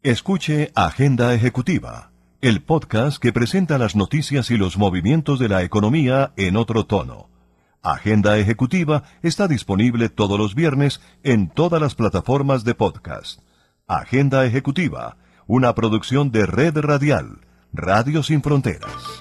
Escuche Agenda Ejecutiva, el podcast que presenta las noticias y los movimientos de la economía en otro tono. Agenda Ejecutiva está disponible todos los viernes en todas las plataformas de podcast. Agenda Ejecutiva, una producción de Red Radial, Radio Sin Fronteras.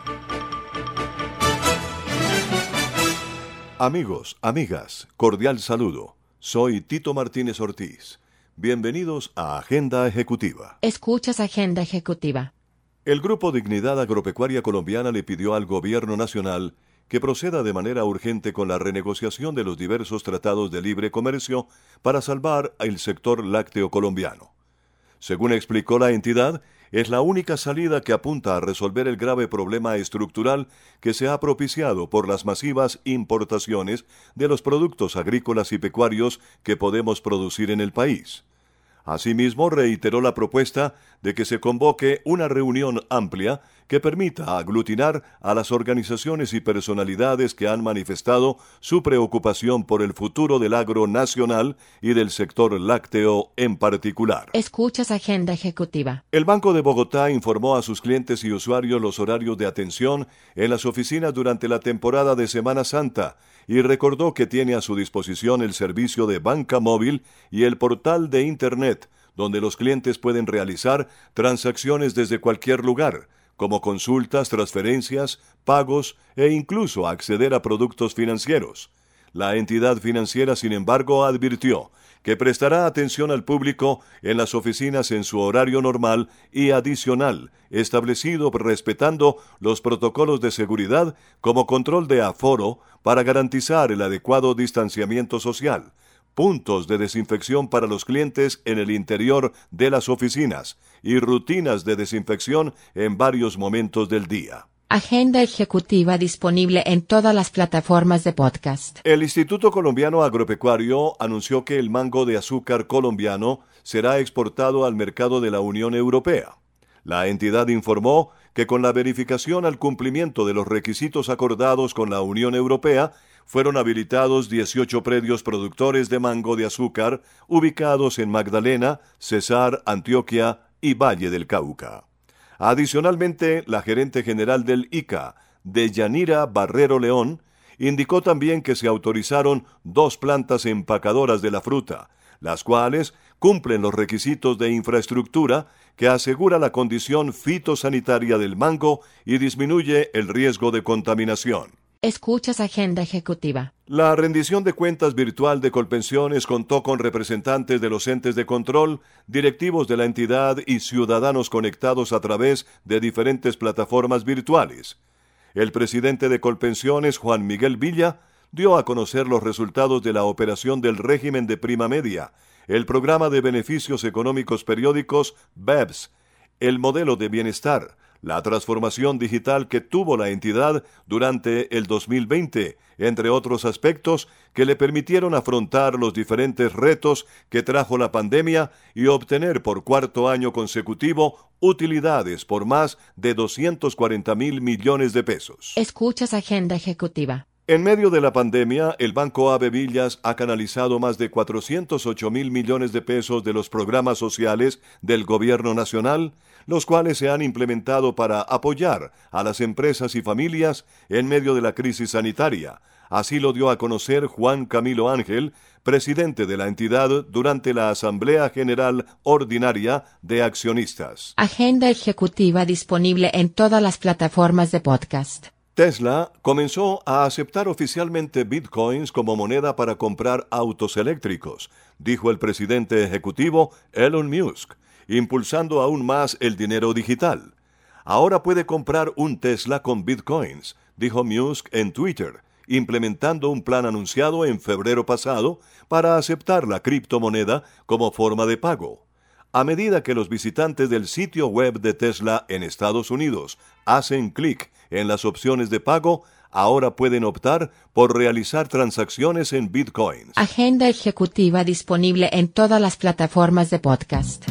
Amigos, amigas, cordial saludo. Soy Tito Martínez Ortiz. Bienvenidos a Agenda Ejecutiva. Escuchas Agenda Ejecutiva. El Grupo Dignidad Agropecuaria Colombiana le pidió al Gobierno Nacional que proceda de manera urgente con la renegociación de los diversos tratados de libre comercio para salvar el sector lácteo colombiano. Según explicó la entidad, es la única salida que apunta a resolver el grave problema estructural que se ha propiciado por las masivas importaciones de los productos agrícolas y pecuarios que podemos producir en el país. Asimismo, reiteró la propuesta de que se convoque una reunión amplia que permita aglutinar a las organizaciones y personalidades que han manifestado su preocupación por el futuro del agro nacional y del sector lácteo en particular. Escuchas Agenda Ejecutiva. El Banco de Bogotá informó a sus clientes y usuarios los horarios de atención en las oficinas durante la temporada de Semana Santa y recordó que tiene a su disposición el servicio de banca móvil y el portal de Internet, donde los clientes pueden realizar transacciones desde cualquier lugar, como consultas, transferencias, pagos e incluso acceder a productos financieros. La entidad financiera, sin embargo, advirtió que prestará atención al público en las oficinas en su horario normal y adicional, establecido respetando los protocolos de seguridad como control de aforo para garantizar el adecuado distanciamiento social, puntos de desinfección para los clientes en el interior de las oficinas y rutinas de desinfección en varios momentos del día. Agenda Ejecutiva disponible en todas las plataformas de podcast. El Instituto Colombiano Agropecuario anunció que el mango de azúcar colombiano será exportado al mercado de la Unión Europea. La entidad informó que con la verificación al cumplimiento de los requisitos acordados con la Unión Europea, fueron habilitados 18 predios productores de mango de azúcar ubicados en Magdalena, Cesar, Antioquia y Valle del Cauca. Adicionalmente, la gerente general del ICA, Deyanira Barrero León, indicó también que se autorizaron 2 plantas empacadoras de la fruta, las cuales cumplen los requisitos de infraestructura que asegura la condición fitosanitaria del mango y disminuye el riesgo de contaminación. Escuchas Agenda Ejecutiva. La rendición de cuentas virtual de Colpensiones contó con representantes de los entes de control, directivos de la entidad y ciudadanos conectados a través de diferentes plataformas virtuales. El presidente de Colpensiones, Juan Miguel Villa, dio a conocer los resultados de la operación del régimen de prima media, el programa de beneficios económicos periódicos BEPS, el modelo de bienestar, la transformación digital que tuvo la entidad durante el 2020, entre otros aspectos que le permitieron afrontar los diferentes retos que trajo la pandemia y obtener por 4º año consecutivo utilidades por más de 240.000 millones de pesos. Escuchas Agenda Ejecutiva. En medio de la pandemia, el Banco AB Villas ha canalizado más de 408.000 millones de pesos de los programas sociales del Gobierno Nacional, los cuales se han implementado para apoyar a las empresas y familias en medio de la crisis sanitaria. Así lo dio a conocer Juan Camilo Ángel, presidente de la entidad, durante la Asamblea General Ordinaria de Accionistas. Agenda Ejecutiva disponible en todas las plataformas de podcast. Tesla comenzó a aceptar oficialmente bitcoins como moneda para comprar autos eléctricos, dijo el presidente ejecutivo Elon Musk, impulsando aún más el dinero digital. Ahora puede comprar un Tesla con bitcoins, dijo Musk en Twitter, implementando un plan anunciado en febrero pasado para aceptar la criptomoneda como forma de pago. A medida que los visitantes del sitio web de Tesla en Estados Unidos hacen clic en las opciones de pago, ahora pueden optar por realizar transacciones en bitcoins. Agenda Ejecutiva disponible en todas las plataformas de podcast.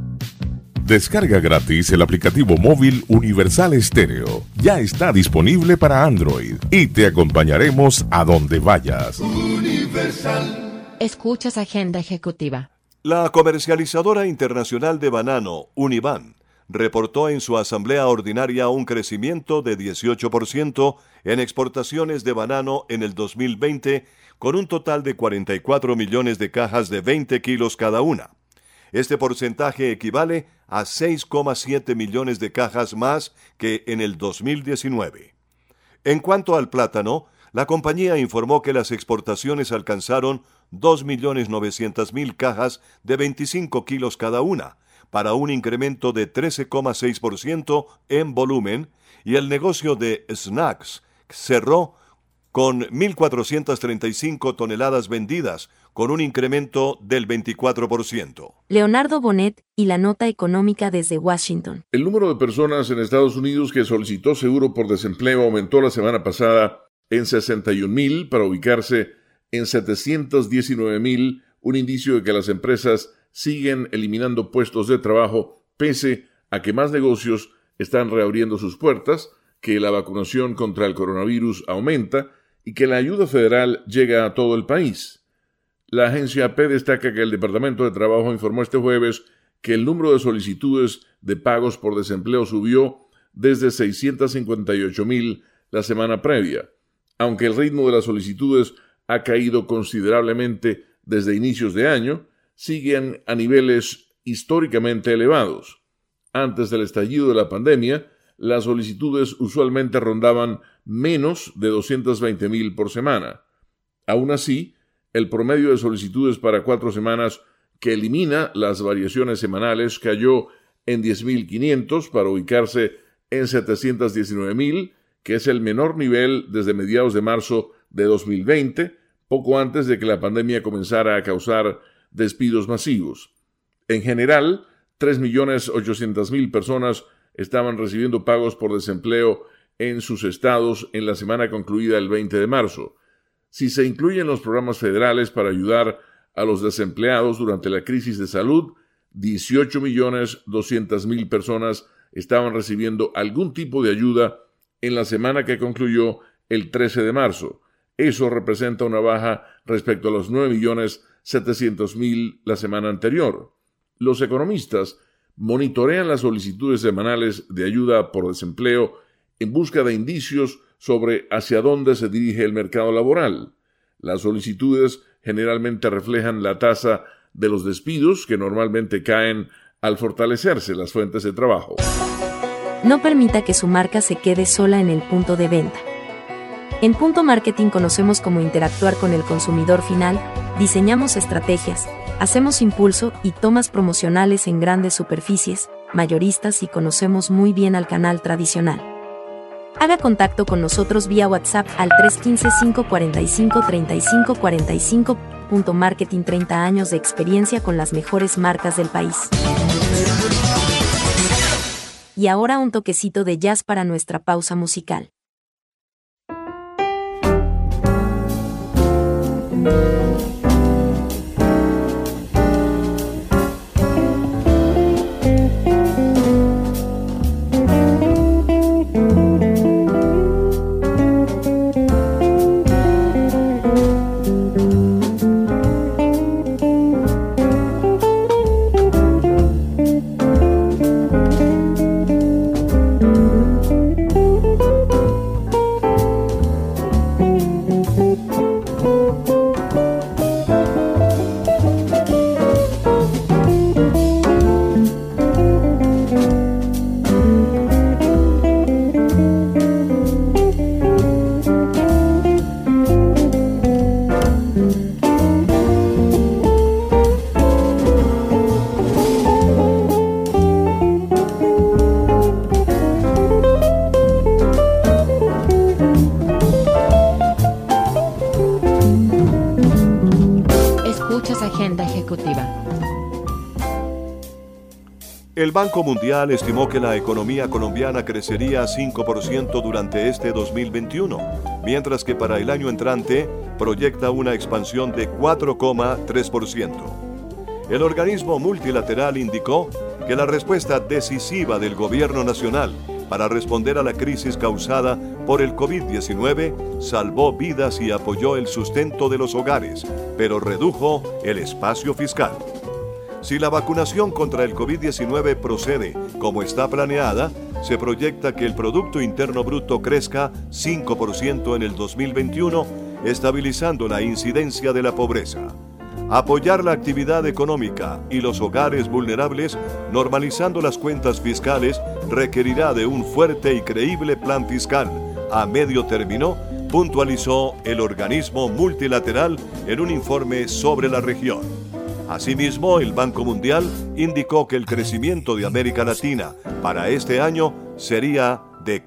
Descarga gratis el aplicativo móvil Universal Stereo. Ya está disponible para Android y te acompañaremos a donde vayas. Escuchas Agenda Ejecutiva. La comercializadora internacional de banano, Uniban, reportó en su asamblea ordinaria un crecimiento de 18% en exportaciones de banano en el 2020, con un total de 44 millones de cajas de 20 kilos cada una. Este porcentaje equivale a 6,7 millones de cajas más que en el 2019. En cuanto al plátano, la compañía informó que las exportaciones alcanzaron 2.900.000 cajas de 25 kilos cada una, para un incremento de 13,6% en volumen, y el negocio de snacks cerró con 1.435 toneladas vendidas, con un incremento del 24%. Leonardo Bonet y la nota económica desde Washington. El número de personas en Estados Unidos que solicitó seguro por desempleo aumentó la semana pasada en 61,000 para ubicarse en 719,000, un indicio de que las empresas siguen eliminando puestos de trabajo pese a que más negocios están reabriendo sus puertas, que la vacunación contra el coronavirus aumenta y que la ayuda federal llega a todo el país. La agencia AP destaca que el Departamento de Trabajo informó este jueves que el número de solicitudes de pagos por desempleo subió desde 658,000 la semana previa, aunque el ritmo de las solicitudes ha caído considerablemente desde inicios de año, siguen a niveles históricamente elevados. Antes del estallido de la pandemia, las solicitudes usualmente rondaban menos de 220,000 por semana. Aún así, el promedio de solicitudes para 4 semanas, que elimina las variaciones semanales, cayó en 10,500 para ubicarse en 719,000, que es el menor nivel desde mediados de marzo de 2020, poco antes de que la pandemia comenzara a causar despidos masivos. En general, 3,800,000 personas estaban recibiendo pagos por desempleo en sus estados en la semana concluida el 20 de marzo. Si se incluyen los programas federales para ayudar a los desempleados durante la crisis de salud, 18,200,000 personas estaban recibiendo algún tipo de ayuda en la semana que concluyó el 13 de marzo. Eso representa una baja respecto a los 9,700,000 la semana anterior. Los economistas monitorean las solicitudes semanales de ayuda por desempleo en busca de indicios sobre hacia dónde se dirige el mercado laboral. Las solicitudes generalmente reflejan la tasa de los despidos, que normalmente caen al fortalecerse las fuentes de trabajo. No permita que su marca se quede sola en el punto de venta. En Punto Marketing conocemos cómo interactuar con el consumidor final, diseñamos estrategias, hacemos impulso y tomas promocionales en grandes superficies, mayoristas y conocemos muy bien al canal tradicional. Haga contacto con nosotros vía WhatsApp al 315-545-3545. Punto Marketing, 30 años de experiencia con las mejores marcas del país. Y ahora un toquecito de jazz para nuestra pausa musical. Agenda ejecutiva. El Banco Mundial estimó que la economía colombiana crecería 5% durante este 2021, mientras que para el año entrante proyecta una expansión de 4,3%. El organismo multilateral indicó que la respuesta decisiva del gobierno nacional para responder a la crisis causada por el COVID-19 salvó vidas y apoyó el sustento de los hogares, pero redujo el espacio fiscal. Si la vacunación contra el COVID-19 procede como está planeada, se proyecta que el Producto Interno Bruto crezca 5% en el 2021, estabilizando la incidencia de la pobreza. Apoyar la actividad económica y los hogares vulnerables, normalizando las cuentas fiscales, requerirá de un fuerte y creíble plan fiscal a medio término, puntualizó el organismo multilateral en un informe sobre la región. Asimismo, el Banco Mundial indicó que el crecimiento de América Latina para este año sería de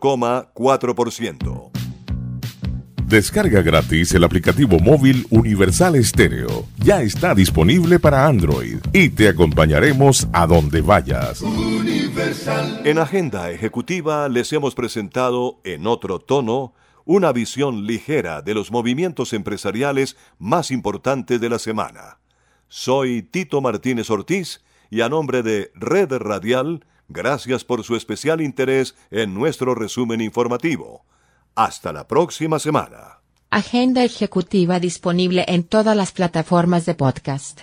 4,4%. Descarga gratis el aplicativo móvil Universal Stereo. Ya está disponible para Android y te acompañaremos a donde vayas. En Agenda Ejecutiva les hemos presentado en otro tono una visión ligera de los movimientos empresariales más importantes de la semana. Soy Tito Martínez Ortiz y a nombre de Red Radial, gracias por su especial interés en nuestro resumen informativo. Hasta la próxima semana. Agenda Ejecutiva disponible en todas las plataformas de podcast.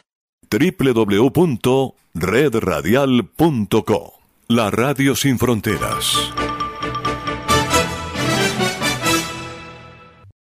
www.redradial.co. La radio sin fronteras.